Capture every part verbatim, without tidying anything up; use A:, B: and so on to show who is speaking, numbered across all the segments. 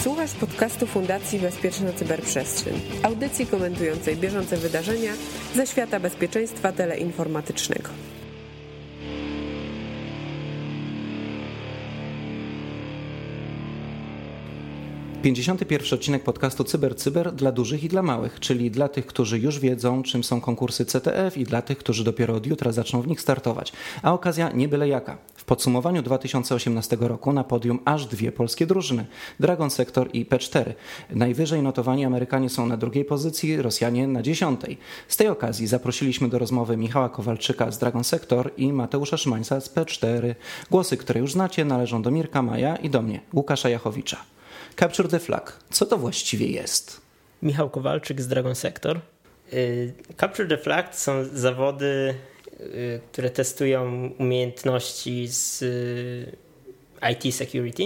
A: Słuchasz podcastu Fundacji Bezpieczna Cyberprzestrzeń, audycji komentującej bieżące wydarzenia ze świata bezpieczeństwa teleinformatycznego.
B: pięćdziesiąty pierwszy odcinek podcastu CyberCyber dla dużych i dla małych, czyli dla tych, którzy już wiedzą, czym są konkursy C T F i dla tych, którzy dopiero od jutra zaczną w nich startować. A okazja nie byle jaka. W podsumowaniu dwa tysiące osiemnastego roku na podium aż dwie polskie drużyny, Dragon Sector i P cztery. Najwyżej notowani Amerykanie są na drugiej pozycji, Rosjanie na dziesiątej. Z tej okazji zaprosiliśmy do rozmowy Michała Kowalczyka z Dragon Sector i Mateusza Szymańca z P cztery. Głosy, które już znacie, należą do Mirka Maja i do mnie, Łukasza Jachowicza. Capture the Flag. Co to właściwie jest?
C: Michał Kowalczyk z Dragon Sector. Capture the Flag są zawody, które testują umiejętności z I T security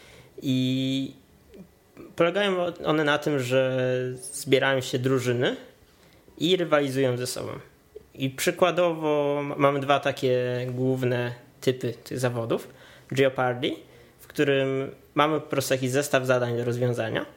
C: i polegają one na tym, że zbierają się drużyny i rywalizują ze sobą. I przykładowo mamy dwa takie główne typy tych zawodów. Jeopardy, w którym mamy po prostu jakiś zestaw zadań do rozwiązania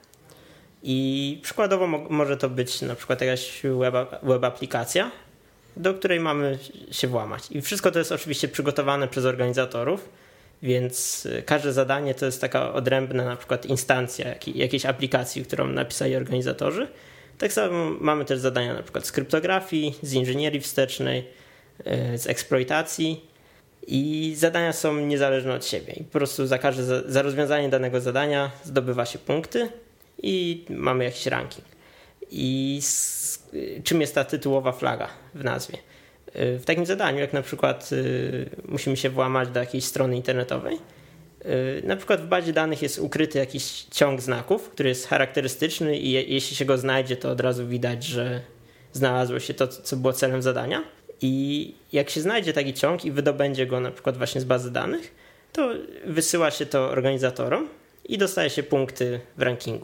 C: i przykładowo mo- może to być na przykład jakaś web, web aplikacja, do której mamy się włamać. I wszystko to jest oczywiście przygotowane przez organizatorów, więc każde zadanie to jest taka odrębna na przykład instancja jakiej, jakiejś aplikacji, którą napisali organizatorzy. Tak samo mamy też zadania na przykład z kryptografii, z inżynierii wstecznej, z eksploitacji. I zadania są niezależne od siebie. I po prostu za każde za, za rozwiązanie danego zadania zdobywa się punkty i mamy jakiś ranking. I z, czym jest ta tytułowa flaga w nazwie? W takim zadaniu, jak na przykład y, musimy się włamać do jakiejś strony internetowej, y, na przykład w bazie danych jest ukryty jakiś ciąg znaków, który jest charakterystyczny i je, jeśli się go znajdzie, to od razu widać, że znalazło się to, co było celem zadania. I jak się znajdzie taki ciąg i wydobędzie go na przykład właśnie z bazy danych, to wysyła się to organizatorom i dostaje się punkty w rankingu.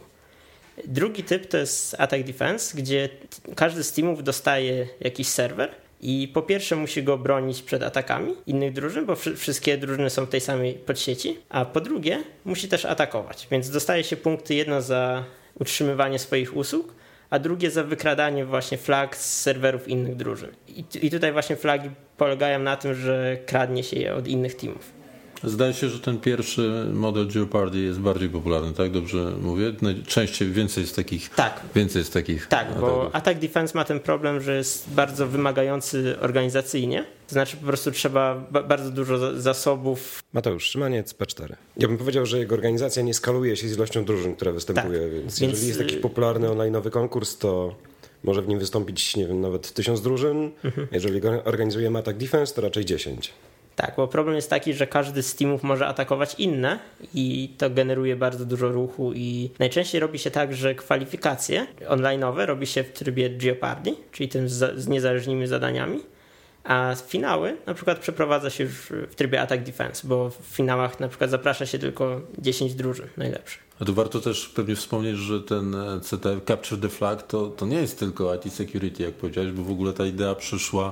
C: Drugi typ to jest Attack Defense, gdzie każdy z teamów dostaje jakiś serwer i po pierwsze musi go bronić przed atakami innych drużyn, bo wszystkie drużyny są w tej samej podsieci, a po drugie musi też atakować, więc dostaje się punkty jedno za utrzymywanie swoich usług, a drugie za wykradanie właśnie flag z serwerów innych drużyn. I, I tutaj właśnie flagi polegają na tym, że kradnie się je od innych teamów.
D: Zdaje się, że ten pierwszy model Jeopardy jest bardziej popularny, tak? Dobrze mówię? Częściej więcej jest takich. Tak. Więcej jest takich.
C: Tak, ataków. Bo Attack Defense ma ten problem, że jest bardzo wymagający organizacyjnie. To znaczy po prostu trzeba ba- bardzo dużo zasobów.
E: Mateusz Szymaniec, P cztery. Ja bym powiedział, że jego organizacja nie skaluje się z ilością drużyn, która występuje, tak. więc, więc jeżeli jest jakiś popularny online'owy konkurs, to może w nim wystąpić, nie wiem, nawet tysiąc drużyn. Mhm. Jeżeli organizujemy Attack Defense, to raczej dziesięć.
C: Tak, bo problem jest taki, że każdy z teamów może atakować inne i to generuje bardzo dużo ruchu i najczęściej robi się tak, że kwalifikacje online'owe robi się w trybie Jeopardy, czyli tym z, z niezależnymi zadaniami, a finały na przykład przeprowadza się już w trybie Attack Defense, bo w finałach na przykład zaprasza się tylko dziesięć drużyn najlepszych.
D: A tu warto też pewnie wspomnieć, że ten C T F Capture the Flag to, to nie jest tylko I T security, jak powiedziałeś, bo w ogóle ta idea przyszła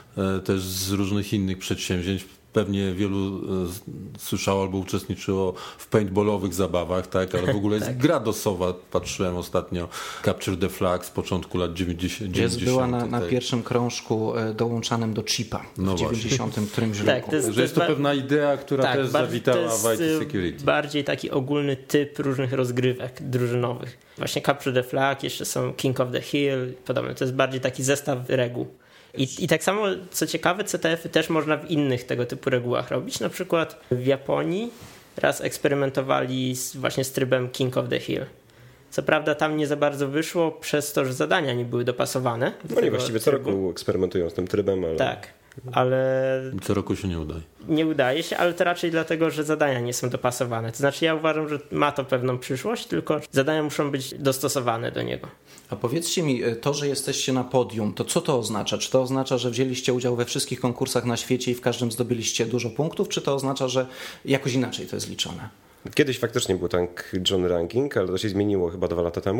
D: też z różnych innych przedsięwzięć. Pewnie wielu słyszało albo uczestniczyło w paintballowych zabawach, tak? Ale w ogóle jest tak. Gra dosowa, patrzyłem ostatnio, Capture the Flag z początku lat dziewięćdziesiątych.
B: Jest była na, na pierwszym krążku dołączanym do chipa no w dziewięćdziesiątym którymś roku.
D: Tak, to jest, że jest to pewna idea, która tak, też zawitała w I T security.
C: Bardziej taki ogólny typ różnych rozgrywek drużynowych. Właśnie Capture the Flag, jeszcze są King of the Hill, podobnie. To jest bardziej taki zestaw reguł. I, I tak samo, co ciekawe, C T F-y też można w innych tego typu regułach robić. Na przykład w Japonii raz eksperymentowali z, właśnie z trybem King of the Hill. Co prawda tam nie za bardzo wyszło przez to, że zadania nie były dopasowane.
E: No nie, właściwie co roku eksperymentują z tym trybem, ale...
C: Tak, ale...
D: Co roku się nie udaje.
C: Nie udaje się, ale to raczej dlatego, że zadania nie są dopasowane. To znaczy ja uważam, że ma to pewną przyszłość, tylko zadania muszą być dostosowane do niego.
B: A powiedzcie mi, to, że jesteście na podium, to co to oznacza? Czy to oznacza, że wzięliście udział we wszystkich konkursach na świecie i w każdym zdobyliście dużo punktów, czy to oznacza, że jakoś inaczej to jest liczone?
E: Kiedyś faktycznie był tak John Ranking, ale to się zmieniło chyba dwa lata temu.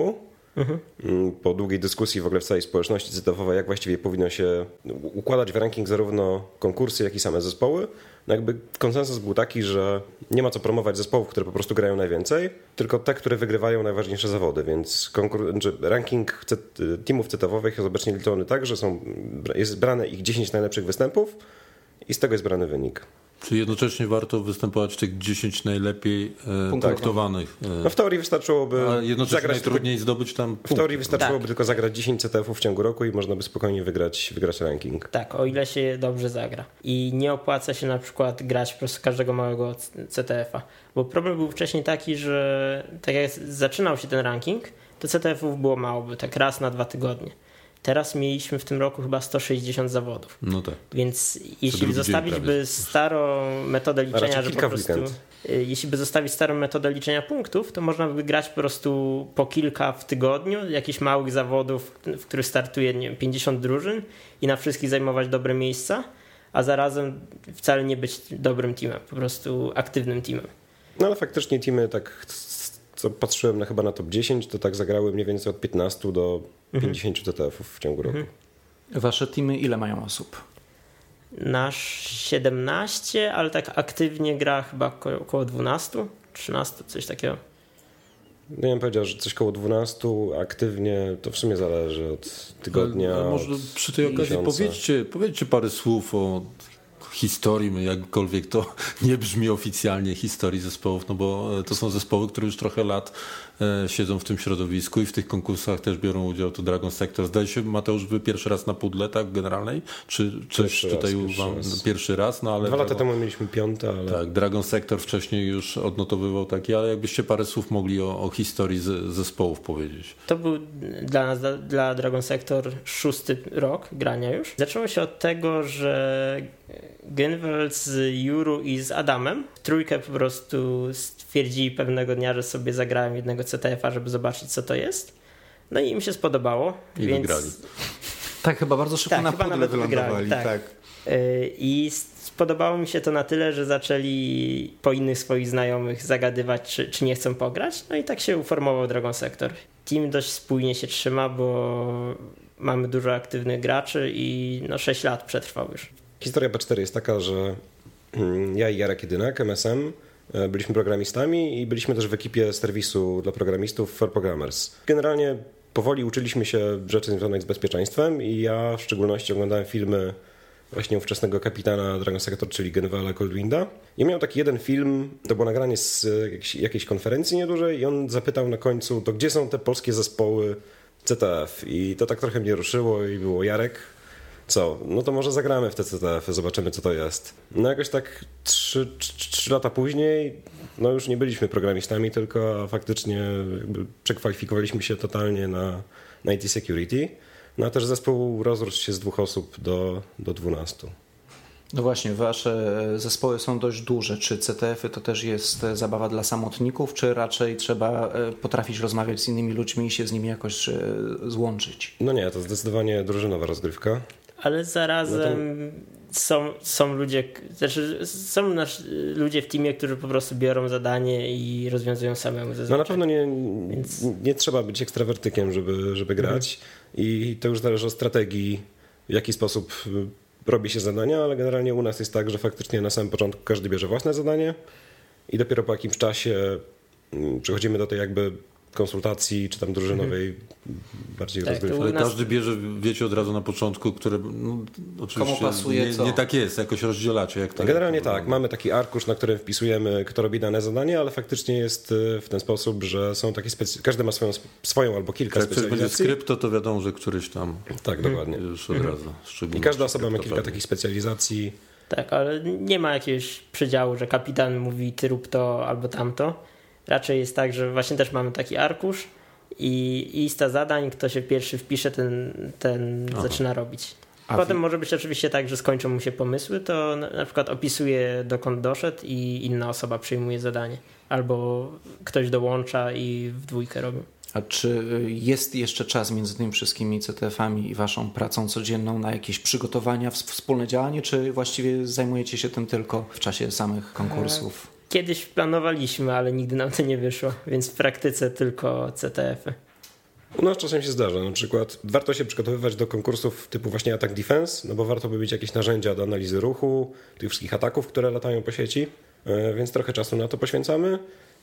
E: Mhm. Po długiej dyskusji w ogóle w całej społeczności C T F-owej, jak właściwie powinno się układać w ranking zarówno konkursy, jak i same zespoły. No jakby konsensus był taki, że nie ma co promować zespołów, które po prostu grają najwięcej, tylko te, które wygrywają najważniejsze zawody, więc konkur- znaczy ranking C- teamów C T F-owych jest obecnie liczony tak, że są, jest brane ich dziesięć najlepszych występów i z tego jest brany wynik.
D: Czyli jednocześnie warto występować w tych dziesięć najlepiej e, traktowanych. E,
E: no w teorii wystarczyłoby
D: a jednocześnie
E: zagrać
D: najtrudniej
E: tylko,
D: zdobyć tam
E: w teorii wystarczyłoby
C: tak.
E: tylko zagrać dziesięć C T F-ów w ciągu roku i można by spokojnie wygrać, wygrać ranking.
C: Tak, o ile się dobrze zagra. I nie opłaca się na przykład grać po prostu każdego małego C T F-a. Bo problem był wcześniej taki, że tak jak zaczynał się ten ranking, to C T F-ów było mało, był tak raz na dwa tygodnie. Teraz mieliśmy w tym roku chyba sto sześćdziesiąt zawodów.
D: No tak.
C: Więc jeśli by zostawić by starą metodę liczenia, że po prostu, jeśli by zostawić starą metodę liczenia punktów, to można by grać po prostu po kilka w tygodniu, jakichś małych zawodów, w których startuje nie wiem, pięćdziesiąt drużyn i na wszystkich zajmować dobre miejsca, a zarazem wcale nie być dobrym teamem, po prostu aktywnym teamem.
E: No ale faktycznie teamy tak, co patrzyłem na chyba na top dziesięć, to tak zagrały mniej więcej od piętnastu do pięćdziesięciu C T F-ów w ciągu roku.
B: Wasze teamy ile mają osób?
C: Nasz siedemnaście, ale tak aktywnie gra chyba około dwanaście, trzynaście, coś takiego.
E: No ja bym powiedział, że coś koło dwunastu, aktywnie to w sumie zależy od tygodnia.
D: A może
E: od
D: przy tej okazji powiedzcie, powiedzcie parę słów o historii, jakkolwiek to nie brzmi oficjalnie, historii zespołów, no bo to są zespoły, które już trochę lat e, siedzą w tym środowisku i w tych konkursach też biorą udział. To Dragon Sector. Zdaje się, Mateusz, wy pierwszy raz na pudle, tak, generalnej? Czy coś
E: pierwszy
D: tutaj
E: raz,
D: wam
E: pierwszy raz.
D: pierwszy raz? No, ale
E: Dwa lata
D: Dragon,
E: temu mieliśmy piąte, ale...
D: Tak, Dragon Sector wcześniej już odnotowywał takie, ale jakbyście parę słów mogli o, o historii z, zespołów powiedzieć.
C: To był dla nas, dla, dla Dragon Sector szósty rok grania już. Zaczęło się od tego, że Gunvald z Juru i z Adamem w trójkę po prostu stwierdzili pewnego dnia, że sobie zagrałem jednego C T F-a, żeby zobaczyć, co to jest. No i im się spodobało.
D: I
C: więc...
D: wygrali.
B: Tak, chyba bardzo szybko
C: tak,
B: na
C: chyba
B: pudle wylądowali.
C: Wygrali, tak. tak. I spodobało mi się to na tyle, że zaczęli po innych swoich znajomych zagadywać, czy, czy nie chcą pograć. No i tak się uformował Dragon Sector. Team dość spójnie się trzyma, bo mamy dużo aktywnych graczy i no sześć lat przetrwał już.
E: Historia P cztery jest taka, że ja i Jarek Jedynak, M S M, byliśmy programistami i byliśmy też w ekipie serwisu dla programistów For Programmers. Generalnie powoli uczyliśmy się rzeczy związanych z bezpieczeństwem i ja w szczególności oglądałem filmy właśnie ówczesnego kapitana Dragon Sector, czyli Gunvala Coldwinda. I miał taki jeden film, to było nagranie z jakiejś, jakiejś konferencji niedużej i on zapytał na końcu, to gdzie są te polskie zespoły C T F? I to tak trochę mnie ruszyło i było Jarek, co? No to może zagramy w te C T F-y, zobaczymy, co to jest. No jakoś tak trzy lata później, no już nie byliśmy programistami, tylko faktycznie jakby przekwalifikowaliśmy się totalnie na, na I T Security. No a też zespół rozrósł się z dwóch osób do, do dwunastu.
B: No właśnie, wasze zespoły są dość duże. Czy C T F-y to też jest zabawa dla samotników, czy raczej trzeba potrafić rozmawiać z innymi ludźmi i się z nimi jakoś złączyć?
E: No nie, to zdecydowanie drużynowa rozgrywka.
C: Ale zarazem no to... są, są ludzie, znaczy są nasz, ludzie w teamie, którzy po prostu biorą zadanie i rozwiązują samemu zazwyczaj.
E: No na pewno nie,
C: Więc...
E: nie trzeba być ekstrawertykiem, żeby, żeby grać mhm. i to już zależy od strategii, w jaki sposób robi się zadania, ale generalnie u nas jest tak, że faktycznie na samym początku każdy bierze własne zadanie i dopiero po jakimś czasie przechodzimy do tej jakby konsultacji, czy tam drużynowej mhm. bardziej
C: tak,
E: rozgrywki.
D: Ale
C: nas...
D: każdy bierze, wiecie od razu na początku, które no, oczywiście
B: komu pasuje
D: nie,
B: co?
D: nie tak jest, jakoś rozdzielacie. Jak to,
E: Generalnie
D: jak to
E: tak, mamy taki arkusz, na którym wpisujemy, kto robi dane zadanie, ale faktycznie jest w ten sposób, że są takie specy... każdy ma swoją, swoją albo kilka
D: jak
E: specjalizacji.
D: Jak coś będzie skrypt, to wiadomo, że któryś tam
E: tak, dokładnie.
D: już od razu.
E: I każda osoba ma kilka pewnie. takich specjalizacji.
C: Tak, ale nie ma jakiegoś przedziału, że kapitan mówi ty rób to albo tamto. Raczej jest tak, że właśnie też mamy taki arkusz i lista zadań, kto się pierwszy wpisze, ten, ten zaczyna robić. A Potem wi- może być oczywiście tak, że skończą mu się pomysły, to na, na przykład opisuje dokąd doszedł i inna osoba przyjmuje zadanie. Albo ktoś dołącza i w dwójkę robią.
B: A czy jest jeszcze czas między tymi wszystkimi C T F-ami i waszą pracą codzienną na jakieś przygotowania, wspólne działanie, czy właściwie zajmujecie się tym tylko w czasie samych konkursów?
C: Kiedyś planowaliśmy, ale nigdy nam to nie wyszło, więc w praktyce tylko C T F-y.
E: U nas czasem się zdarza, na przykład warto się przygotowywać do konkursów typu właśnie Attack Defense, no bo warto by mieć jakieś narzędzia do analizy ruchu, tych wszystkich ataków, które latają po sieci, więc trochę czasu na to poświęcamy.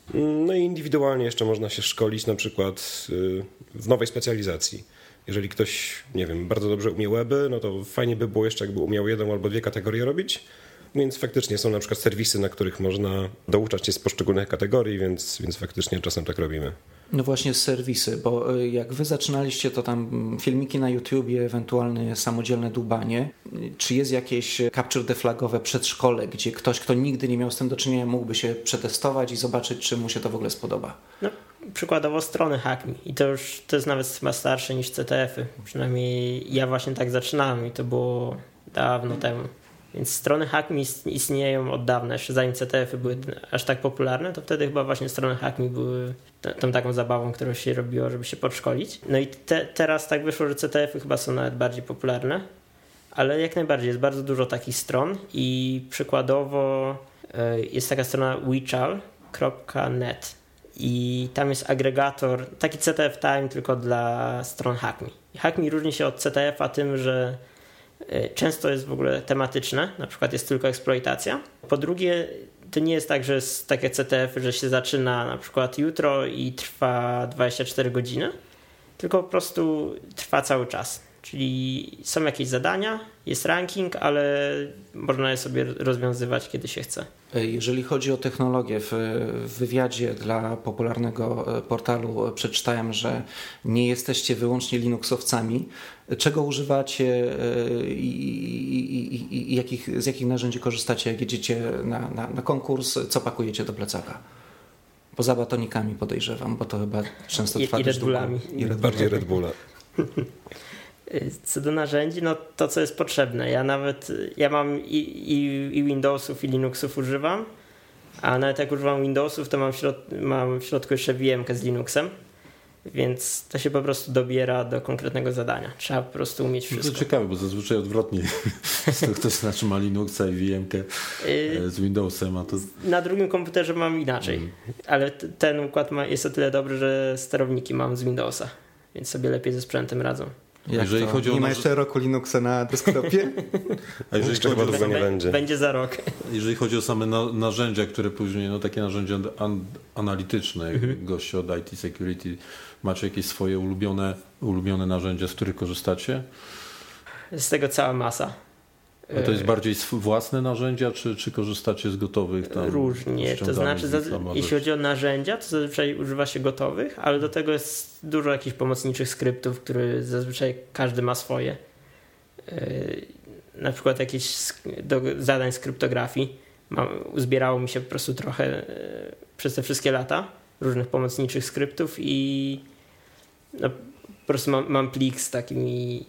E: No i indywidualnie jeszcze można się szkolić na przykład w nowej specjalizacji. Jeżeli ktoś, nie wiem, bardzo dobrze umie weby, no to fajnie by było jeszcze, jakby umiał jedną albo dwie kategorie robić. Więc faktycznie są na przykład serwisy, na których można douczać się z poszczególnych kategorii, więc, więc faktycznie czasem tak robimy.
B: No właśnie serwisy, bo jak wy zaczynaliście, to tam filmiki na YouTubie, ewentualnie samodzielne dłubanie. Czy jest jakieś capture the flagowe przedszkole, gdzie ktoś, kto nigdy nie miał z tym do czynienia, mógłby się przetestować i zobaczyć, czy mu się to w ogóle spodoba?
C: No, przykładowo strony HackMe i to już to jest nawet chyba starsze niż C T F-y. Przynajmniej ja właśnie tak zaczynałem i to było dawno temu. Więc strony HackMe istnieją od dawna, jeszcze zanim C T F-y były aż tak popularne, to wtedy chyba właśnie strony HackMe były tą taką zabawą, którą się robiło, żeby się podszkolić. No i te, teraz tak wyszło, że C T F-y chyba są nawet bardziej popularne, ale jak najbardziej jest bardzo dużo takich stron i przykładowo jest taka strona wichal kropka net i tam jest agregator, taki C T F Time tylko dla stron HackMe. HackMe różni się od C T F-a tym, że często jest w ogóle tematyczne, na przykład jest tylko eksploitacja. Po drugie, to nie jest tak, że jest takie C T F, że się zaczyna na przykład jutro i trwa dwadzieścia cztery godziny, tylko po prostu trwa cały czas. Czyli są jakieś zadania, jest ranking, ale można je sobie rozwiązywać, kiedy się chce.
B: Jeżeli chodzi o technologię, w wywiadzie dla popularnego portalu przeczytałem, że nie jesteście wyłącznie Linuxowcami. Czego używacie i, i, i, i jakich, z jakich narzędzi korzystacie, jak jedziecie na, na, na konkurs? Co pakujecie do plecaka? Poza batonikami podejrzewam, bo to chyba często trwa
C: I, i Red Bullami.
B: I Red
E: Bardziej Red Bulla.
C: Co do narzędzi, no to co jest potrzebne. Ja nawet, ja mam i, i, i Windowsów i Linuxów używam, a nawet jak używam Windowsów, to mam w, środ- mam w środku jeszcze V M-kę z Linuxem, więc to się po prostu dobiera do konkretnego zadania. Trzeba po prostu umieć wszystko.
D: To ciekawe, bo zazwyczaj odwrotnie. Ktoś znaczy ma Linuxa i V M-kę z Windowsem, a to...
C: Na drugim komputerze mam inaczej, mm. ale t- ten układ ma, jest o tyle dobry, że sterowniki mam z Windowsa, więc sobie lepiej ze sprzętem radzą.
B: Jak jeżeli to? Chodzi o nie ma jeszcze roku Linuxa na desktopie?
E: A jeżeli jeszcze chyba długo nie będzie.
C: Będzie za rok.
D: Jeżeli chodzi o same na, narzędzia, które później, no takie narzędzia an, analityczne, mhm. goście od I T Security, macie jakieś swoje ulubione, ulubione narzędzia, z których korzystacie?
C: Z tego cała masa.
D: A to jest bardziej własne narzędzia, czy, czy korzystacie z gotowych tam?
C: Różnie, to znaczy jeśli chodzi o narzędzia, to zazwyczaj używa się gotowych, ale do tego jest dużo jakichś pomocniczych skryptów, które zazwyczaj każdy ma swoje. Na przykład jakieś do zadań z kryptografii. Mam, uzbierało mi się po prostu trochę przez te wszystkie lata różnych pomocniczych skryptów i no, po prostu mam, mam plik z takimi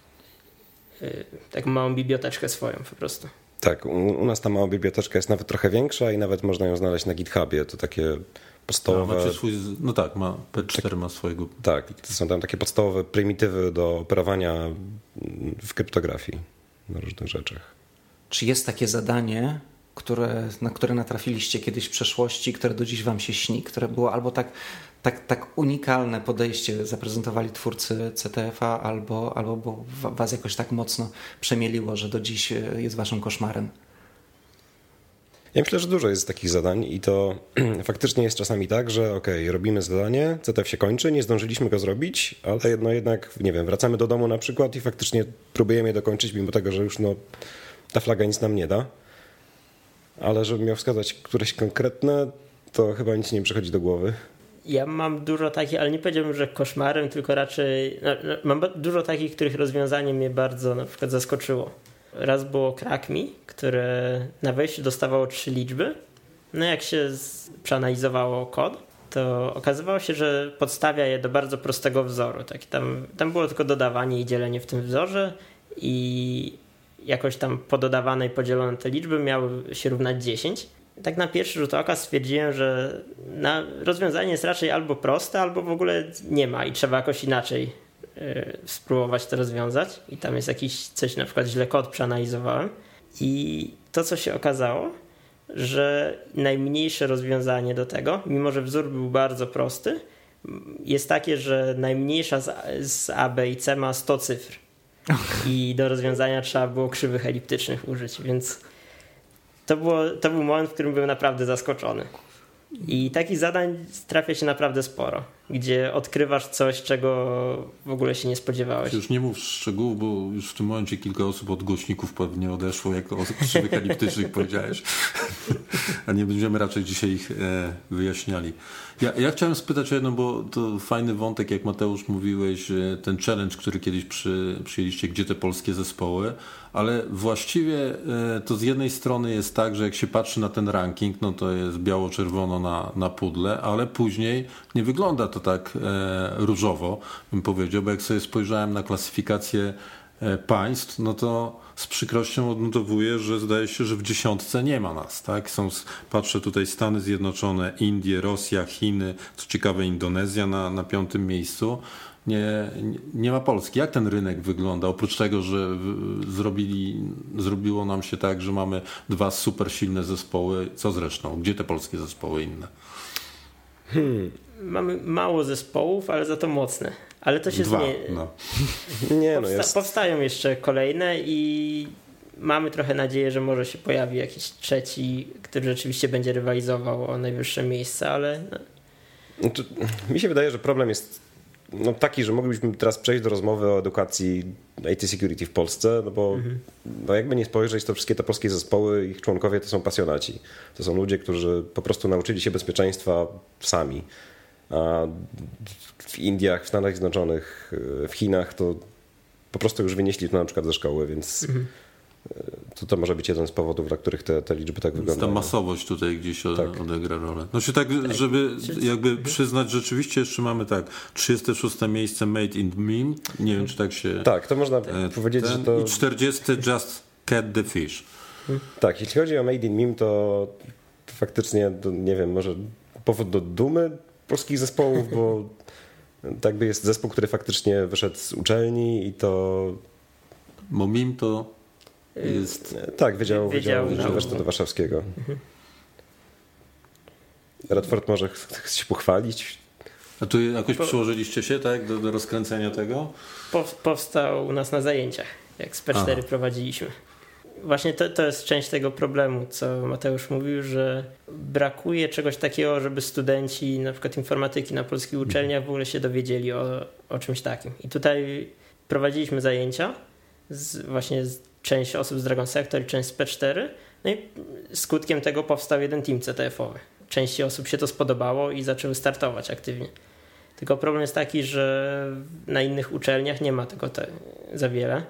C: taką małą biblioteczkę swoją po prostu.
E: Tak, u, u nas ta mała biblioteczka jest nawet trochę większa i nawet można ją znaleźć na GitHubie. To takie podstawowe...
D: A, macie swój, no tak, ma, P cztery tak, ma swojego...
E: Tak, to są tam takie podstawowe prymitywy do operowania w kryptografii na różnych rzeczach.
B: Czy jest takie zadanie, które, na które natrafiliście kiedyś w przeszłości, które do dziś wam się śni, które było albo tak, tak, tak unikalne podejście zaprezentowali twórcy C T F-a, albo, albo bo was jakoś tak mocno przemieliło, że do dziś jest waszym koszmarem?
E: Ja myślę, że dużo jest takich zadań i to faktycznie jest czasami tak, że okej, okay, robimy zadanie, C T F się kończy, nie zdążyliśmy go zrobić, ale no jednak, nie wiem, wracamy do domu na przykład i faktycznie próbujemy je dokończyć, mimo tego, że już no, ta flaga nic nam nie da. Ale żebym miał wskazać któreś konkretne, to chyba nic nie przychodzi do głowy.
C: Ja mam dużo takich, ale nie powiedziałbym, że koszmarem, tylko raczej no, no, mam dużo takich, których rozwiązanie mnie bardzo na przykład zaskoczyło. Raz było CrackMe, które na wejściu dostawało trzy liczby. No jak się z, przeanalizowało kod, to okazywało się, że podstawia je do bardzo prostego wzoru. Tak, tam, tam było tylko dodawanie i dzielenie w tym wzorze i jakoś tam pododawane i podzielone te liczby miały się równać dziesięć. Tak na pierwszy rzut oka stwierdziłem, że na rozwiązanie jest raczej albo proste, albo w ogóle nie ma i trzeba jakoś inaczej yy, spróbować to rozwiązać. I tam jest jakiś coś, na przykład źle kod przeanalizowałem. I to, co się okazało, że najmniejsze rozwiązanie do tego, mimo że wzór był bardzo prosty, jest takie, że najmniejsza z, z A, B i C ma sto cyfr. I do rozwiązania trzeba było krzywych eliptycznych użyć, więc to, było, to był moment, w którym byłem naprawdę zaskoczony. I takich zadań trafia się naprawdę sporo, gdzie odkrywasz coś, czego w ogóle się nie spodziewałeś.
D: Już nie mów szczegółów, bo już w tym momencie kilka osób od głośników pewnie odeszło, jak o krzywych eliptycznych powiedziałeś. A nie będziemy raczej dzisiaj ich e, wyjaśniali. Ja, ja chciałem spytać o jedno, bo to fajny wątek, jak Mateusz mówiłeś, ten challenge, który kiedyś przy, przyjęliście, gdzie te polskie zespoły, ale właściwie e, to z jednej strony jest tak, że jak się patrzy na ten ranking, no to jest biało-czerwono na, na pudle, ale później nie wygląda to tak e, różowo, bym powiedział, bo jak sobie spojrzałem na klasyfikację e, państw, no to z przykrością odnotowuję, że zdaje się, że w dziesiątce nie ma nas, tak? Są, patrzę tutaj Stany Zjednoczone, Indie, Rosja, Chiny, co ciekawe Indonezja na, na piątym miejscu. Nie, nie ma Polski. Jak ten rynek wygląda? Oprócz tego, że zrobili, zrobiło nam się tak, że mamy dwa super silne zespoły. Co zresztą? Gdzie te polskie zespoły inne?
C: Hmm. Mamy mało zespołów, ale za to mocne. Ale to się zmieni. No. Nie, no jest... Powstają jeszcze kolejne i mamy trochę nadzieję, że może się pojawi jakiś trzeci, który rzeczywiście będzie rywalizował o najwyższe miejsce, ale... No.
E: Znaczy, mi się wydaje, że problem jest no, taki, że moglibyśmy teraz przejść do rozmowy o edukacji I T security w Polsce, no bo mhm. no, jakby nie spojrzeć, to wszystkie te polskie zespoły, ich członkowie to są pasjonaci. To są ludzie, którzy po prostu nauczyli się bezpieczeństwa sami. A w Indiach, w Stanach Zjednoczonych, w Chinach to po prostu już wynieśli to na przykład ze szkoły, więc mhm. to, to może być jeden z powodów, dla których te, te liczby tak wyglądają.
D: Ta masowość tutaj gdzieś tak. odegra rolę. No się tak, żeby jakby przyznać, rzeczywiście jeszcze mamy tak, trzydzieste szóste miejsce Made in Meme, nie wiem czy tak się...
E: Tak, to można ten, powiedzieć, że to...
D: I czterdzieste Just Cat the Fish.
E: Tak, jeśli chodzi o Made in Meme, to, to faktycznie, to nie wiem, może powód do dumy polskich zespołów, bo tak by jest zespół, który faktycznie wyszedł z uczelni i to...
D: Bo Meme to jest...
E: Tak, Wydział, wydział, wydział Uniwersytetu Warszawskiego. Mhm. Redford może chce się pochwalić.
D: A tu jakoś po... przyłożyliście się tak do, do rozkręcenia tego?
C: Powstał u nas na zajęciach, jak z P cztery Aha. prowadziliśmy. Właśnie to, to jest część tego problemu, co Mateusz mówił, że brakuje czegoś takiego, żeby studenci na przykład informatyki na polskich uczelniach w ogóle się dowiedzieli o, o czymś takim. I tutaj prowadziliśmy zajęcia, z, właśnie z, część osób z Dragon Sector i część z P cztery, no i skutkiem tego powstał jeden team C T F-owy. Części osób się to spodobało i zaczęły startować aktywnie. Tylko problem jest taki, że na innych uczelniach nie ma tego te, za wiele.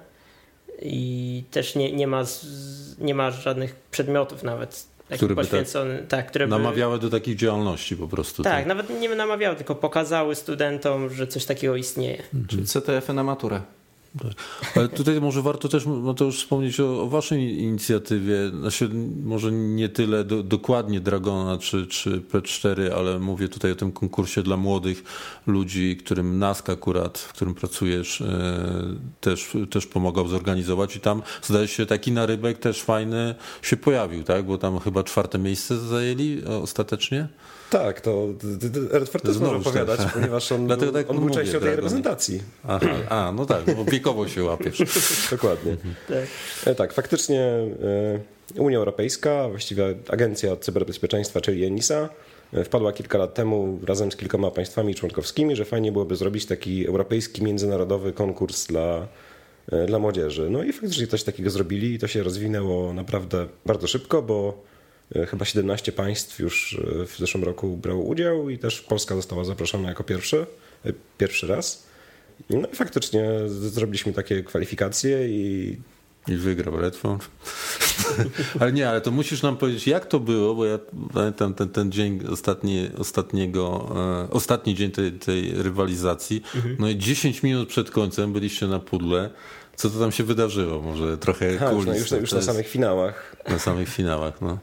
C: I też nie, nie, ma, nie ma żadnych przedmiotów nawet
D: które poświęcone,
C: tak, tak, które
D: namawiały
C: by,
D: do takich działalności po prostu.
C: Tak, tak, nawet nie namawiały, tylko pokazały studentom, że coś takiego istnieje.
B: Czyli C T F-y na maturę.
D: Tak. Ale tutaj może warto też Mateusz wspomnieć o, o waszej inicjatywie. Znaczy, może nie tyle do, dokładnie Dragona czy, czy P cztery, ale mówię tutaj o tym konkursie dla młodych ludzi, którym Nask akurat, w którym pracujesz, e, też, też pomagał zorganizować i tam zdaje się taki narybek też fajny się pojawił, tak? Bo tam chyba czwarte miejsce zajęli ostatecznie.
E: Tak, to Redford też może opowiadać, tak. ponieważ on, był, tak on był częścią tej reprezentacji.
D: Aha, a, no tak, bo wiekowo się łapiesz.
E: Dokładnie. tak. tak, faktycznie Unia Europejska, właściwie Agencja od Cyberbezpieczeństwa, czyli ENISA, wpadła kilka lat temu razem z kilkoma państwami członkowskimi, że fajnie byłoby zrobić taki europejski, międzynarodowy konkurs dla, dla młodzieży. No i faktycznie coś takiego zrobili i to się rozwinęło naprawdę bardzo szybko, bo chyba siedemnaście państw już w zeszłym roku brało udział i też Polska została zaproszona jako pierwszy, pierwszy raz. No i faktycznie zrobiliśmy takie kwalifikacje i...
D: I wygrał Redford. Ale nie, ale to musisz nam powiedzieć, jak to było, bo ja pamiętam ten, ten dzień ostatni, ostatniego, e, ostatni dzień tej, tej rywalizacji. Mhm. No i dziesięć minut przed końcem byliście na pudle. Co to tam się wydarzyło? Może trochę
E: ha,
D: kulis.
E: Już, już, już na samych finałach.
D: Na samych finałach, no.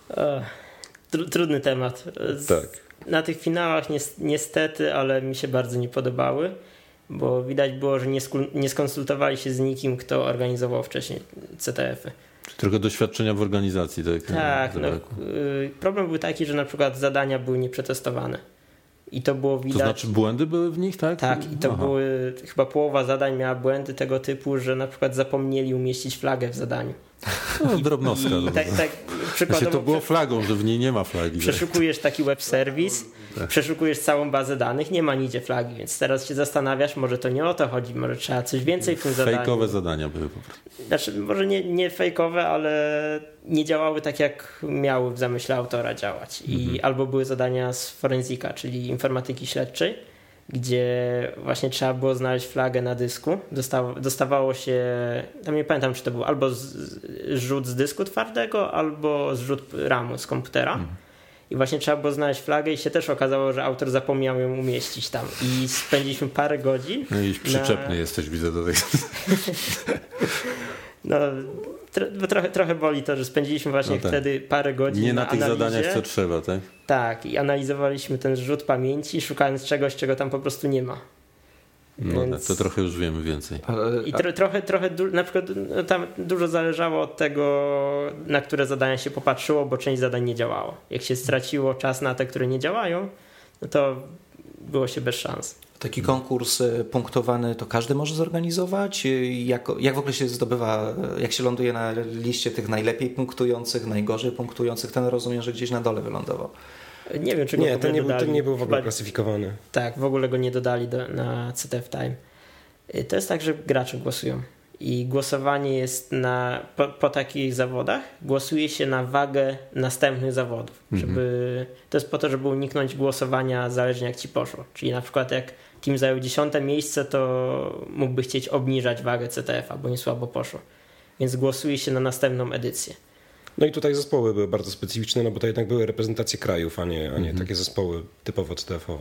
C: Trudny temat. Z,
E: tak.
C: Na tych finałach niestety, ale mi się bardzo nie podobały, bo widać było, że nie, skul- nie skonsultowali się z nikim, kto organizował wcześniej C T F-y.
D: Trochę doświadczenia w organizacji. Tak,
C: tak no, y, problem był taki, że na przykład zadania były nieprzetestowane. I to było widać.
D: To znaczy błędy były w nich, tak?
C: Tak, i to
D: Aha.
C: były, chyba połowa zadań miała błędy tego typu, że na przykład zapomnieli umieścić flagę w zadaniu.
D: No, drobnostka.
C: I tak, tak,
D: Znaczy, to było flagą, że w niej nie ma flagi.
C: Przeszukujesz taki web serwis,
D: tak.
C: przeszukujesz całą bazę danych, nie ma nigdzie flagi, więc teraz się zastanawiasz, może to nie o to chodzi, może trzeba coś więcej w tym zadaniu.
D: Fejkowe zadania były po prostu.
C: Znaczy, może nie, nie fejkowe, ale nie działały tak, jak miały w zamyśle autora działać. I mhm. albo były zadania z forenzika, czyli informatyki śledczej, gdzie właśnie trzeba było znaleźć flagę na dysku. Dostawa, dostawało się, tam nie pamiętam, czy to był albo z, zrzut z dysku twardego, albo zrzut ramu z komputera. Mhm. I właśnie trzeba było znaleźć flagę i się też okazało, że autor zapomniał ją umieścić tam. I spędziliśmy parę godzin.
D: No i przyczepny
C: na...
D: jesteś, widzę do tego.
C: No, tro, trochę, trochę boli to, że spędziliśmy właśnie no tak. wtedy parę godzin
D: nie
C: na,
D: na tych
C: analizie.
D: zadaniach, co trzeba, tak?
C: Tak, i analizowaliśmy ten zrzut pamięci, szukając czegoś, czego tam po prostu nie ma.
D: No Więc... tak, to trochę już wiemy więcej.
C: I tro, trochę, trochę du- na przykład no, tam dużo zależało od tego, na które zadania się popatrzyło, bo część zadań nie działało. Jak się straciło czas na te, które nie działają, no to było się bez szans.
B: Taki konkurs punktowany to każdy może zorganizować? Jak, jak w ogóle się zdobywa, jak się ląduje na liście tych najlepiej punktujących, najgorzej punktujących? Ten rozumiem, że gdzieś na dole wylądował.
C: Nie wiem, czy go
E: nie,
C: w
E: ten nie, był,
C: dodali.
E: ten nie był w ogóle
C: Chyba,
E: klasyfikowany.
C: Tak, w ogóle go nie dodali do, na C T F Time. To jest tak, że gracze głosują. I głosowanie jest na, po, po takich zawodach głosuje się na wagę następnych zawodów. Mhm. Żeby, to jest po to, żeby uniknąć głosowania zależnie jak ci poszło. Czyli na przykład jak team zajął dziesiąte miejsce, to mógłby chcieć obniżać wagę C T F-a, bo nie słabo poszło. Więc głosuje się na następną edycję.
E: No i tutaj zespoły były bardzo specyficzne, no bo to jednak były reprezentacje krajów, a nie, a nie mhm. takie zespoły typowo C T F-owe.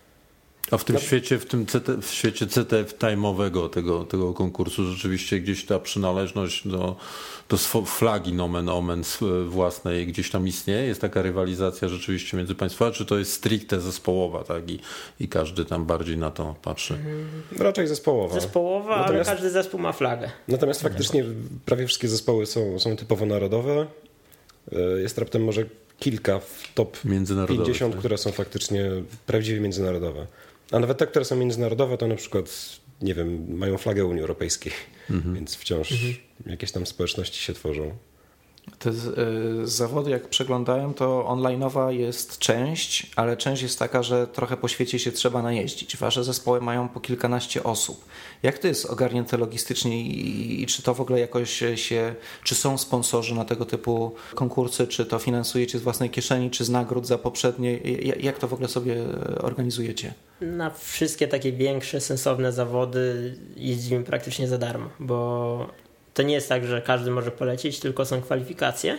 D: A w tym
E: no.
D: świecie, w tym C T, w świecie C T F time'owego tego, tego konkursu rzeczywiście gdzieś ta przynależność do, do flagi nomen omen własnej gdzieś tam istnieje? Jest taka rywalizacja rzeczywiście między państwami, czy to jest stricte zespołowa, tak? I, i każdy tam bardziej na to patrzy?
E: Raczej zespołowa.
C: Zespołowa, natomiast, ale każdy zespół ma flagę.
E: Natomiast faktycznie prawie wszystkie zespoły są, są typowo narodowe. Jest raptem może kilka w top pięćdziesiąt, tak? Które są faktycznie prawdziwie międzynarodowe. A nawet te, które są międzynarodowe, to na przykład, nie wiem, mają flagę Unii Europejskiej, mhm. więc wciąż mhm. jakieś tam społeczności się tworzą.
B: Te y, zawody, jak przeglądałem, to online'owa jest część, ale część jest taka, że trochę po świecie się trzeba najeździć. Wasze zespoły mają po kilkanaście osób. Jak to jest ogarnięte logistycznie i, i czy to w ogóle jakoś się, czy są sponsorzy na tego typu konkursy, czy to finansujecie z własnej kieszeni, czy z nagród za poprzednie? Jak to w ogóle sobie organizujecie?
C: Na wszystkie takie większe, sensowne zawody jeździmy praktycznie za darmo, bo to nie jest tak, że każdy może polecieć, tylko są kwalifikacje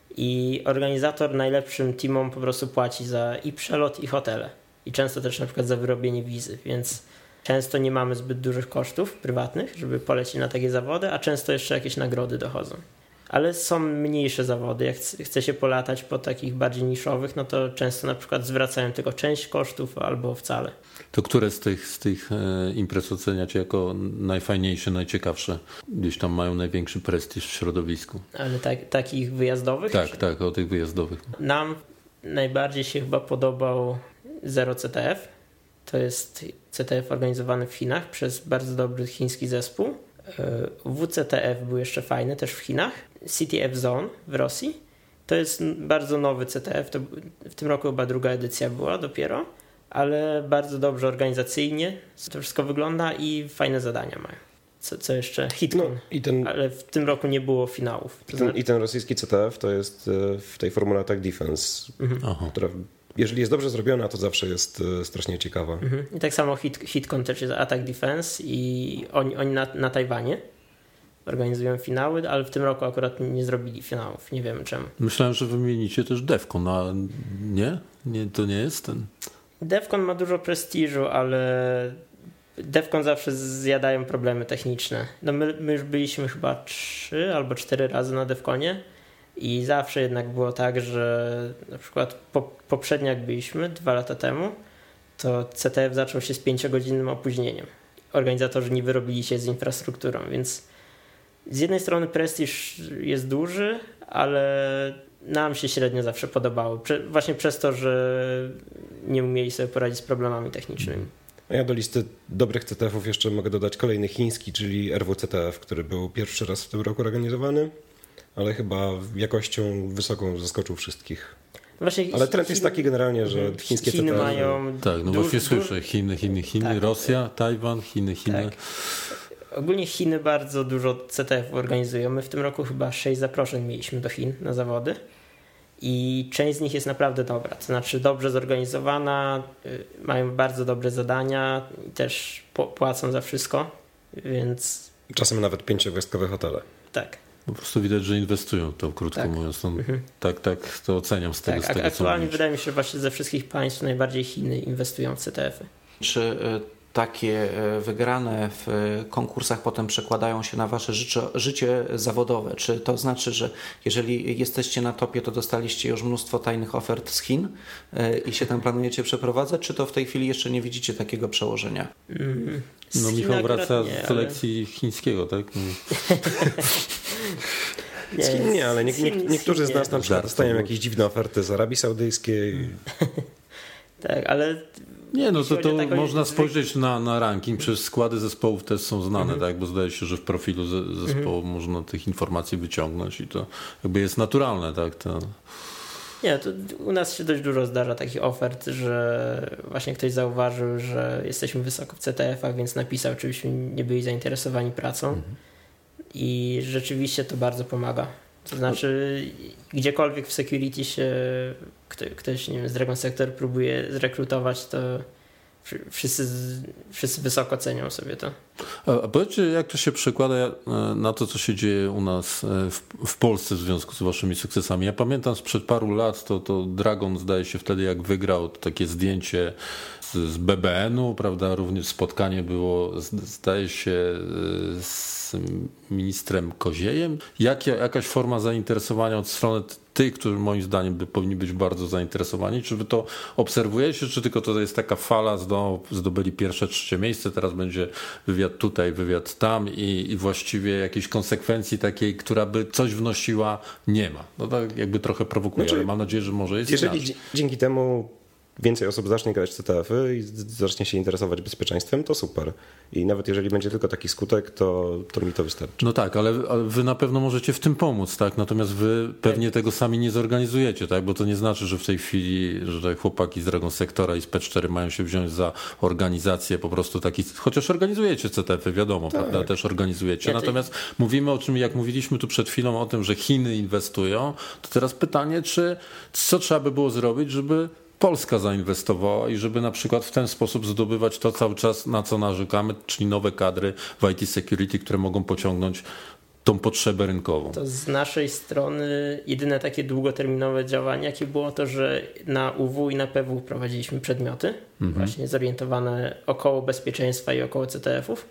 C: i organizator najlepszym teamom po prostu płaci za i przelot, i hotele. I często też na przykład za wyrobienie wizy, więc często nie mamy zbyt dużych kosztów prywatnych, żeby polecieć na takie zawody, a często jeszcze jakieś nagrody dochodzą. Ale są mniejsze zawody, jak chce się polatać po takich bardziej niszowych, no to często na przykład zwracają tylko część kosztów albo wcale.
D: To które z tych, z tych imprez oceniacie jako najfajniejsze, najciekawsze? Gdzieś tam mają największy prestiż w środowisku.
C: Ale tak, takich wyjazdowych?
D: Tak, tak, o tych wyjazdowych.
C: Nam najbardziej się chyba podobał Zero C T F. To jest C T F organizowany w Chinach przez bardzo dobry chiński zespół. W C T F był jeszcze fajny, też w Chinach. C T F Zone w Rosji. To jest bardzo nowy C T F. To w tym roku chyba druga edycja była dopiero, ale bardzo dobrze organizacyjnie to wszystko wygląda i fajne zadania mają. Co, co jeszcze? HitCon. No, i ten, ale w tym roku nie było finałów.
E: I ten, i ten rosyjski C T F to jest w tej formule Attack Defense, mhm. która jeżeli jest dobrze zrobiona, to zawsze jest strasznie ciekawa.
C: Mhm. I tak samo Hit, HitCon też jest Attack Defense i oni, oni na, na Tajwanie organizują finały, ale w tym roku akurat nie zrobili finałów. Nie wiem czemu.
D: Myślałem, że wymienicie też DEFCON, a nie? nie? To nie jest ten...
C: DEFCON ma dużo prestiżu, ale DEFCON zawsze zjadają problemy techniczne. No my, my już byliśmy chyba trzy albo cztery razy na DEFCONie i zawsze jednak było tak, że na przykład po, poprzednio jak byliśmy dwa lata temu, to C T F zaczął się z pięciogodzinnym opóźnieniem. Organizatorzy nie wyrobili się z infrastrukturą, więc z jednej strony prestiż jest duży, ale nam się średnio zawsze podobało. Prze- właśnie przez to, że nie umieli sobie poradzić z problemami technicznymi.
E: A ja do listy dobrych C T F-ów jeszcze mogę dodać kolejny chiński, czyli R W C T F, który był pierwszy raz w tym roku organizowany, ale chyba jakością wysoką zaskoczył wszystkich.
C: Właśnie
E: ale trend jest taki generalnie, że chińskie
C: Chiny
E: C T F...
C: mają...
D: Tak, no
C: duż,
D: właśnie
C: duż...
D: słyszę. Chiny, Chiny, Chiny, tak. Rosja, Tajwan, Chiny, Chiny.
C: Tak. Ogólnie Chiny bardzo dużo C T F organizują. My w tym roku chyba sześć zaproszeń mieliśmy do Chin na zawody i część z nich jest naprawdę dobra. To znaczy dobrze zorganizowana, mają bardzo dobre zadania i też płacą za wszystko, więc...
E: Czasem nawet pięciogwiazdkowe hotele.
C: Tak.
D: Po prostu widać, że inwestują to, krótko tak. mówiąc. No, mhm. Tak, tak to oceniam z tego,
C: tak,
D: z tego
C: aktualnie
D: co
C: wydaje mi się, że właśnie ze wszystkich państw najbardziej Chiny inwestują w C T F-y.
B: Czy takie wygrane w konkursach potem przekładają się na wasze życie, życie zawodowe? Czy to znaczy, że jeżeli jesteście na topie, to dostaliście już mnóstwo tajnych ofert z Chin i się tam planujecie przeprowadzać, czy to w tej chwili jeszcze nie widzicie takiego przełożenia?
C: Mm.
D: No Michał wraca
C: nie,
D: z selekcji ale... chińskiego, tak?
E: Nie, z Chin nie, ale nie, nie, niektórzy z nas na przykład dostają jakieś dziwne oferty z Arabii Saudyjskiej.
C: Tak, ale...
D: Nie, no to, to można spojrzeć na, na ranking, przecież składy zespołów też są znane, mm-hmm. tak? Bo zdaje się, że w profilu zespołu mm-hmm. można tych informacji wyciągnąć i to jakby jest naturalne, tak? To...
C: Nie, to u nas się dość dużo zdarza takich ofert, że właśnie ktoś zauważył, że jesteśmy wysoko w C T F-ach, więc napisał, czy byśmy nie byli zainteresowani pracą mm-hmm. i rzeczywiście to bardzo pomaga. To znaczy, gdziekolwiek w security się ktoś, nie wiem, z Dragon Sector próbuje zrekrutować, to wszyscy, wszyscy wysoko cenią sobie to.
D: A powiedzcie, jak to się przekłada na to, co się dzieje u nas w, w Polsce w związku z waszymi sukcesami? Ja pamiętam sprzed paru lat, to, to Dragon zdaje się wtedy jak wygrał, to takie zdjęcie z, z B B N-u, prawda, również spotkanie było, zdaje się, z ministrem Koziejem. Jak, jakaś forma zainteresowania od strony tych, którzy moim zdaniem by, powinni być bardzo zainteresowani? Czy wy to obserwujecie, czy tylko to jest taka fala, zdobyli pierwsze, trzecie miejsce, teraz będzie wywiad tutaj, wywiad tam i, i właściwie jakiejś konsekwencji takiej, która by coś wnosiła, nie ma. No tak jakby trochę prowokuje, znaczy, ale mam nadzieję, że może jest
E: jeżeli
D: inaczej.
E: Dzięki temu więcej osób zacznie grać w C T F-y i zacznie się interesować bezpieczeństwem, to super. I nawet jeżeli będzie tylko taki skutek, to, to mi to wystarczy.
D: No tak, ale, ale wy na pewno możecie w tym pomóc, tak? Natomiast wy pewnie tego sami nie zorganizujecie, tak? Bo to nie znaczy, że w tej chwili, że chłopaki z Dragon Sectora i z P cztery mają się wziąć za organizację po prostu taki, chociaż organizujecie C T F-y, wiadomo, tak. prawda? Też organizujecie. Natomiast mówimy o czym, jak mówiliśmy tu przed chwilą o tym, że Chiny inwestują, to teraz pytanie, czy co trzeba by było zrobić, żeby Polska zainwestowała i żeby na przykład w ten sposób zdobywać to cały czas, na co narzekamy, czyli nowe kadry w I T security, które mogą pociągnąć tą potrzebę rynkową.
C: To z naszej strony jedyne takie długoterminowe działanie, jakie było to, że na U W i na P W prowadziliśmy przedmioty mhm. właśnie zorientowane około bezpieczeństwa i około C T F-ów,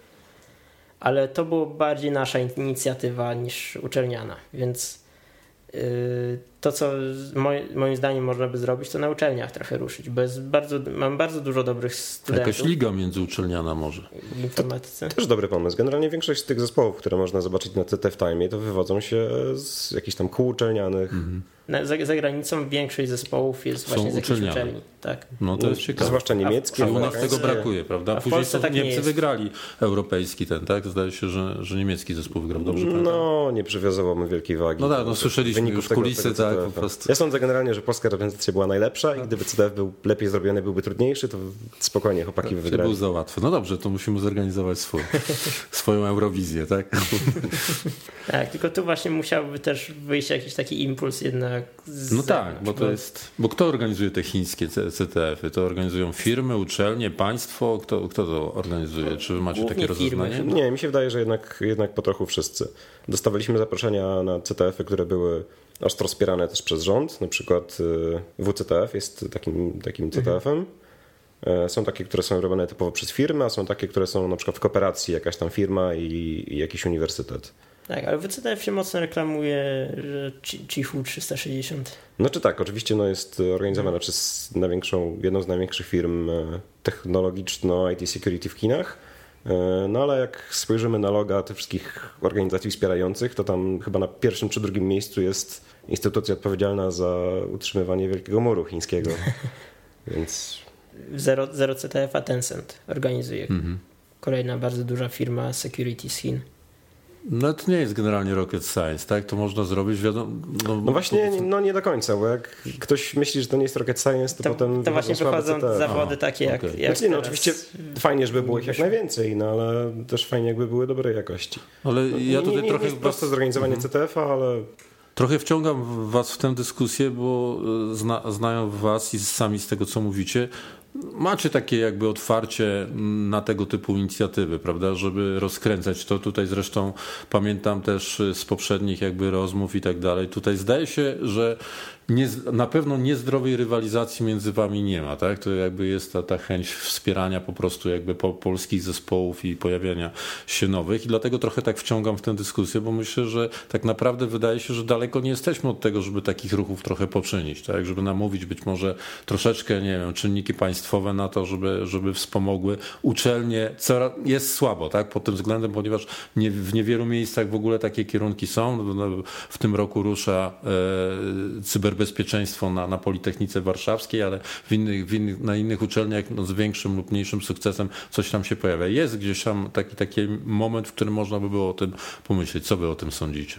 C: ale to było bardziej nasza inicjatywa niż uczelniana, więc to, co moim zdaniem można by zrobić, to na uczelniach trochę ruszyć, bo jest bardzo, mam bardzo dużo dobrych studentów.
D: Jakaś liga międzyuczelniana może.
C: W informatyce.
E: To też dobry pomysł. Generalnie większość z tych zespołów, które można zobaczyć na C T F Time, to wywodzą się z jakichś tam kół uczelnianych. Mhm.
C: Na, za, za granicą większość zespołów jest
D: są
C: właśnie z jakiejś
D: uczelniane.
C: uczelni. Tak.
D: No to jest ciekawe.
E: Zwłaszcza niemieckie.
D: A, a u nas tego brakuje, prawda?
C: A w
D: Później
C: Polsce tak
D: Niemcy
C: nie
D: wygrali europejski ten, tak? Zdaje się, że, że niemiecki zespół wygrał. Dobrze pamiętam?
E: No, nie przywiązałbym wielkiej wagi.
D: No tak, no słyszeliśmy już kulisy, tak, po prostu.
E: Ja sądzę generalnie, że polska reprezentacja była najlepsza i gdyby C T F był lepiej zrobiony, byłby trudniejszy, to spokojnie chłopaki by wygrali.
D: Był za łatwy. No dobrze, to musimy zorganizować swój, swoją Eurowizję, tak?
C: Tak, tylko tu właśnie musiałby też wyjść jakiś taki impuls jednak. Z
D: no tak, bo to jest, bo kto organizuje te chińskie C T F-y? To organizują firmy, uczelnie, państwo? Kto, kto to organizuje? Czy wy macie
C: Głównie
D: takie rozeznanie?
C: firmy.
E: Nie, mi się wydaje, że jednak, jednak po trochu wszyscy. Dostawaliśmy zaproszenia na C T F-y, które były ostro wspierane też przez rząd. Na przykład W C T F jest takim, takim C T F-em. Są takie, które są robione typowo przez firmy, a są takie, które są na przykład w kooperacji, jakaś tam firma i, i jakiś uniwersytet.
C: Tak, ale W C T F się mocno reklamuje, że Chifu trzysta sześćdziesiąt.
E: Znaczy tak, oczywiście no jest organizowane przez największą, jedną z największych firm technologiczno-I T security w Chinach. No ale jak spojrzymy na loga tych wszystkich organizacji wspierających, to tam chyba na pierwszym czy drugim miejscu jest instytucja odpowiedzialna za utrzymywanie Wielkiego Muru Chińskiego. Więc...
C: Zero, Zero C T F a Tencent organizuje. Mhm. Kolejna bardzo duża firma security z Chin.
D: No to nie jest generalnie rocket science, tak? To można zrobić, wiadomo...
E: No, no właśnie, to... no nie do końca, bo jak ktoś myśli, że to nie jest rocket science, to, to potem...
C: To właśnie wychodzą C T F. Zawody A, takie jak... Okay. jak
E: znaczy, no, oczywiście fajnie, żeby było ich jak najwięcej, no ale też fajnie, jakby były dobrej jakości.
D: Ale
E: no,
D: ja tutaj
E: nie, nie,
D: trochę...
E: Nie jest proste zorganizowanie mhm. C T F a, ale...
D: Trochę wciągam was w tę dyskusję, bo zna, znają was i sami z tego, co mówicie, macie takie jakby otwarcie na tego typu inicjatywy, prawda, żeby rozkręcać to. Tutaj zresztą pamiętam też z poprzednich jakby rozmów i tak dalej. Tutaj zdaje się, że nie, na pewno niezdrowej rywalizacji między wami nie ma, tak? To jakby jest ta, ta chęć wspierania po prostu jakby po, polskich zespołów i pojawiania się nowych i dlatego trochę tak wciągam w tę dyskusję, bo myślę, że tak naprawdę wydaje się, że daleko nie jesteśmy od tego, żeby takich ruchów trochę poczynić, tak? Żeby namówić być może troszeczkę, nie wiem, czynniki państwowe na to, żeby, żeby wspomogły uczelnie. Coraz, jest słabo, tak? Pod tym względem, ponieważ nie, w niewielu miejscach w ogóle takie kierunki są. W tym roku rusza e, cyberbezpieczeństwo bezpieczeństwo na, na Politechnice Warszawskiej, ale w innych, w innych, na innych uczelniach no, z większym lub mniejszym sukcesem coś tam się pojawia. Jest gdzieś tam taki, taki moment, w którym można by było o tym pomyśleć. Co wy o tym sądzicie?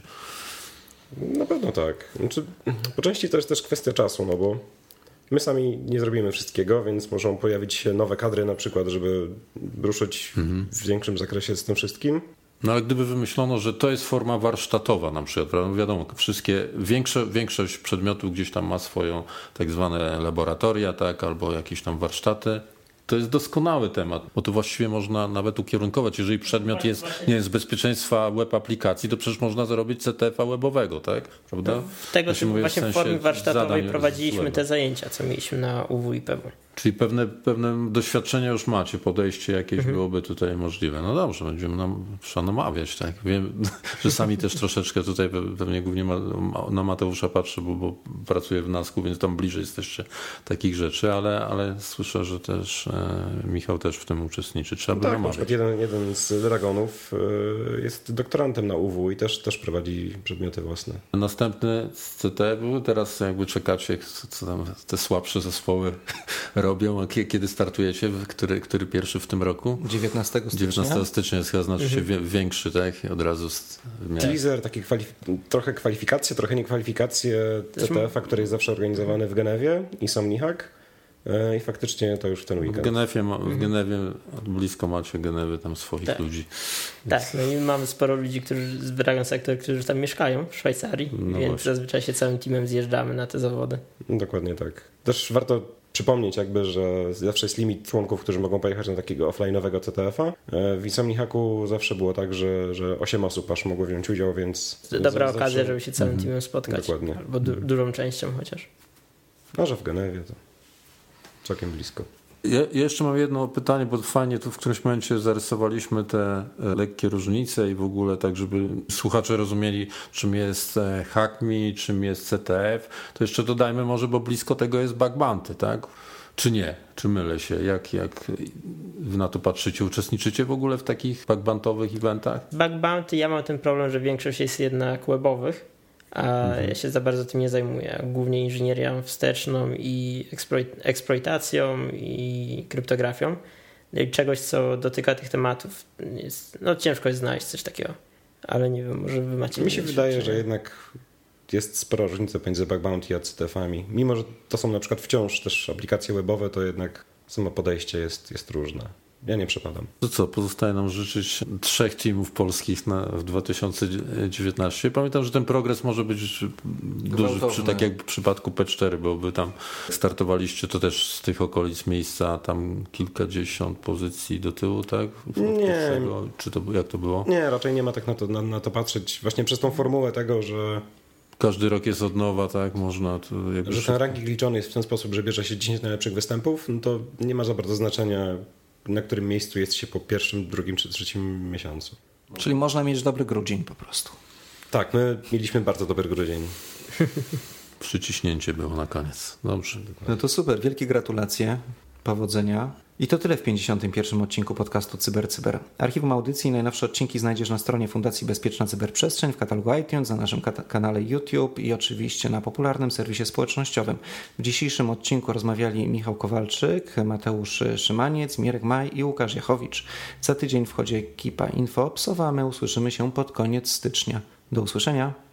E: Na pewno tak. Znaczy, po części to jest też kwestia czasu, no bo my sami nie zrobimy wszystkiego, więc muszą pojawić się nowe kadry na przykład, żeby ruszyć mhm. w większym zakresie z tym wszystkim.
D: No ale gdyby wymyślono, że to jest forma warsztatowa na przykład, prawda? No wiadomo, wszystkie, większe, większość przedmiotów gdzieś tam ma swoją tak zwane laboratoria, tak, albo jakieś tam warsztaty. To jest doskonały temat, bo to właściwie można nawet ukierunkować. Jeżeli przedmiot jest, nie wiem, z bezpieczeństwa web aplikacji, to przecież można zrobić C T F a webowego, tak? Prawda?
C: No, tego typu właśnie w, w formie warsztatowej prowadziliśmy te zajęcia, co mieliśmy na U W I P W.
D: Czyli pewne, pewne doświadczenia już macie, podejście jakieś mhm. byłoby tutaj możliwe. No dobrze, będziemy nam namawiać, tak? Wiem, że sami też troszeczkę tutaj pewnie głównie na Mateusza patrzę, bo, bo pracuję w Nasku, więc tam bliżej jesteście takich rzeczy, ale, ale słyszę, że też e, Michał też w tym uczestniczy. Trzeba by
E: tak,
D: namawiać.
E: Na przykład jeden, jeden z Dragonów e, jest doktorantem na U W i też, też prowadzi przedmioty własne.
D: Następny z C T F-u, teraz jakby czekacie, co tam te słabsze zespoły robią. Kiedy startujecie? Który, który pierwszy w tym roku?
B: dziewiętnastego stycznia.
D: dziewiętnastego stycznia jest chyba znaczy mhm. się większy, tak? Od razu
E: teaser, takie kwalif- trochę kwalifikacje, trochę niekwalifikacje C T F a, który jest zawsze organizowany w Genewie i Somnihak. I faktycznie to już w ten weekend.
D: W Genewie, w Genewie blisko macie Genewy, tam swoich
C: tak.
D: ludzi.
C: Tak, no i mamy sporo ludzi, którzy z Dragon Sector, którzy tam mieszkają w Szwajcarii, no więc właśnie. Zazwyczaj się całym teamem zjeżdżamy na te zawody.
E: Dokładnie tak. Też warto przypomnieć jakby, że zawsze jest limit członków, którzy mogą pojechać na takiego offline'owego C T F a. W Insomnihaku zawsze było tak, że, że osiem osób aż mogło wziąć udział, więc...
C: Dobra
E: zawsze...
C: okazja, żeby się całym teamem spotkać.
E: Dokładnie.
C: Albo du- dużą częścią chociaż.
E: A że w Genewie to całkiem blisko.
D: Ja jeszcze mam jedno pytanie, bo fajnie tu w którymś momencie zarysowaliśmy te lekkie różnice i w ogóle tak, żeby słuchacze rozumieli, czym jest Hack Me, czym jest C T F. To jeszcze dodajmy może, bo blisko tego jest Bug Bounty, tak? Czy nie? Czy mylę się? Jak, jak wy na to patrzycie? Uczestniczycie w ogóle w takich bug bountowych eventach?
C: Bug Bounty, ja mam ten problem, że większość jest jednak webowych, a mhm. ja się za bardzo tym nie zajmuję. Głównie inżynierią wsteczną i eksploit- eksploitacją i kryptografią. I czegoś, co dotyka tych tematów, jest, no ciężko jest znaleźć coś takiego. Ale nie wiem, może wy macie...
E: Mi się wydaje, że jednak jest spora różnica pomiędzy bug bounty a C T F ami. Mimo, że to są na przykład wciąż też aplikacje webowe, to jednak samo podejście jest, jest różne. Ja nie przepadam.
D: To co, pozostaje nam życzyć trzech teamów polskich na, w dwa tysiące dziewiętnastym. Pamiętam, że ten progres może być duży, przy, tak jak w przypadku P cztery, bo wy tam startowaliście, to też z tych okolic miejsca, tam kilkadziesiąt pozycji do tyłu, tak?
E: Nie.
D: Czy to, jak to było?
E: Nie, raczej nie ma tak na to, na, na to patrzeć. Właśnie przez tą formułę tego, że
D: każdy rok jest od nowa, tak? Można to jakby...
E: Że ten ranking liczony jest w ten sposób, że bierze się dziesięć najlepszych występów, no to nie ma za bardzo znaczenia, na którym miejscu jest się po pierwszym, drugim czy trzecim miesiącu.
B: Czyli można mieć dobry grudzień po prostu.
E: Tak, my mieliśmy bardzo dobry grudzień.
D: Przyciśnięcie było na koniec. Dobrze.
B: No to super, wielkie gratulacje, powodzenia I to tyle w pięćdziesiątym pierwszym odcinku podcastu CyberCyber. Cyber. Archiwum audycji i najnowsze odcinki znajdziesz na stronie Fundacji Bezpieczna Cyberprzestrzeń, w katalogu iTunes, na naszym kanale YouTube i oczywiście na popularnym serwisie społecznościowym. W dzisiejszym odcinku rozmawiali Michał Kowalczyk, Mateusz Szymaniec, Mirek Maj i Łukasz Jachowicz. Za tydzień wchodzi ekipa InfoOps, a my usłyszymy się pod koniec stycznia. Do usłyszenia.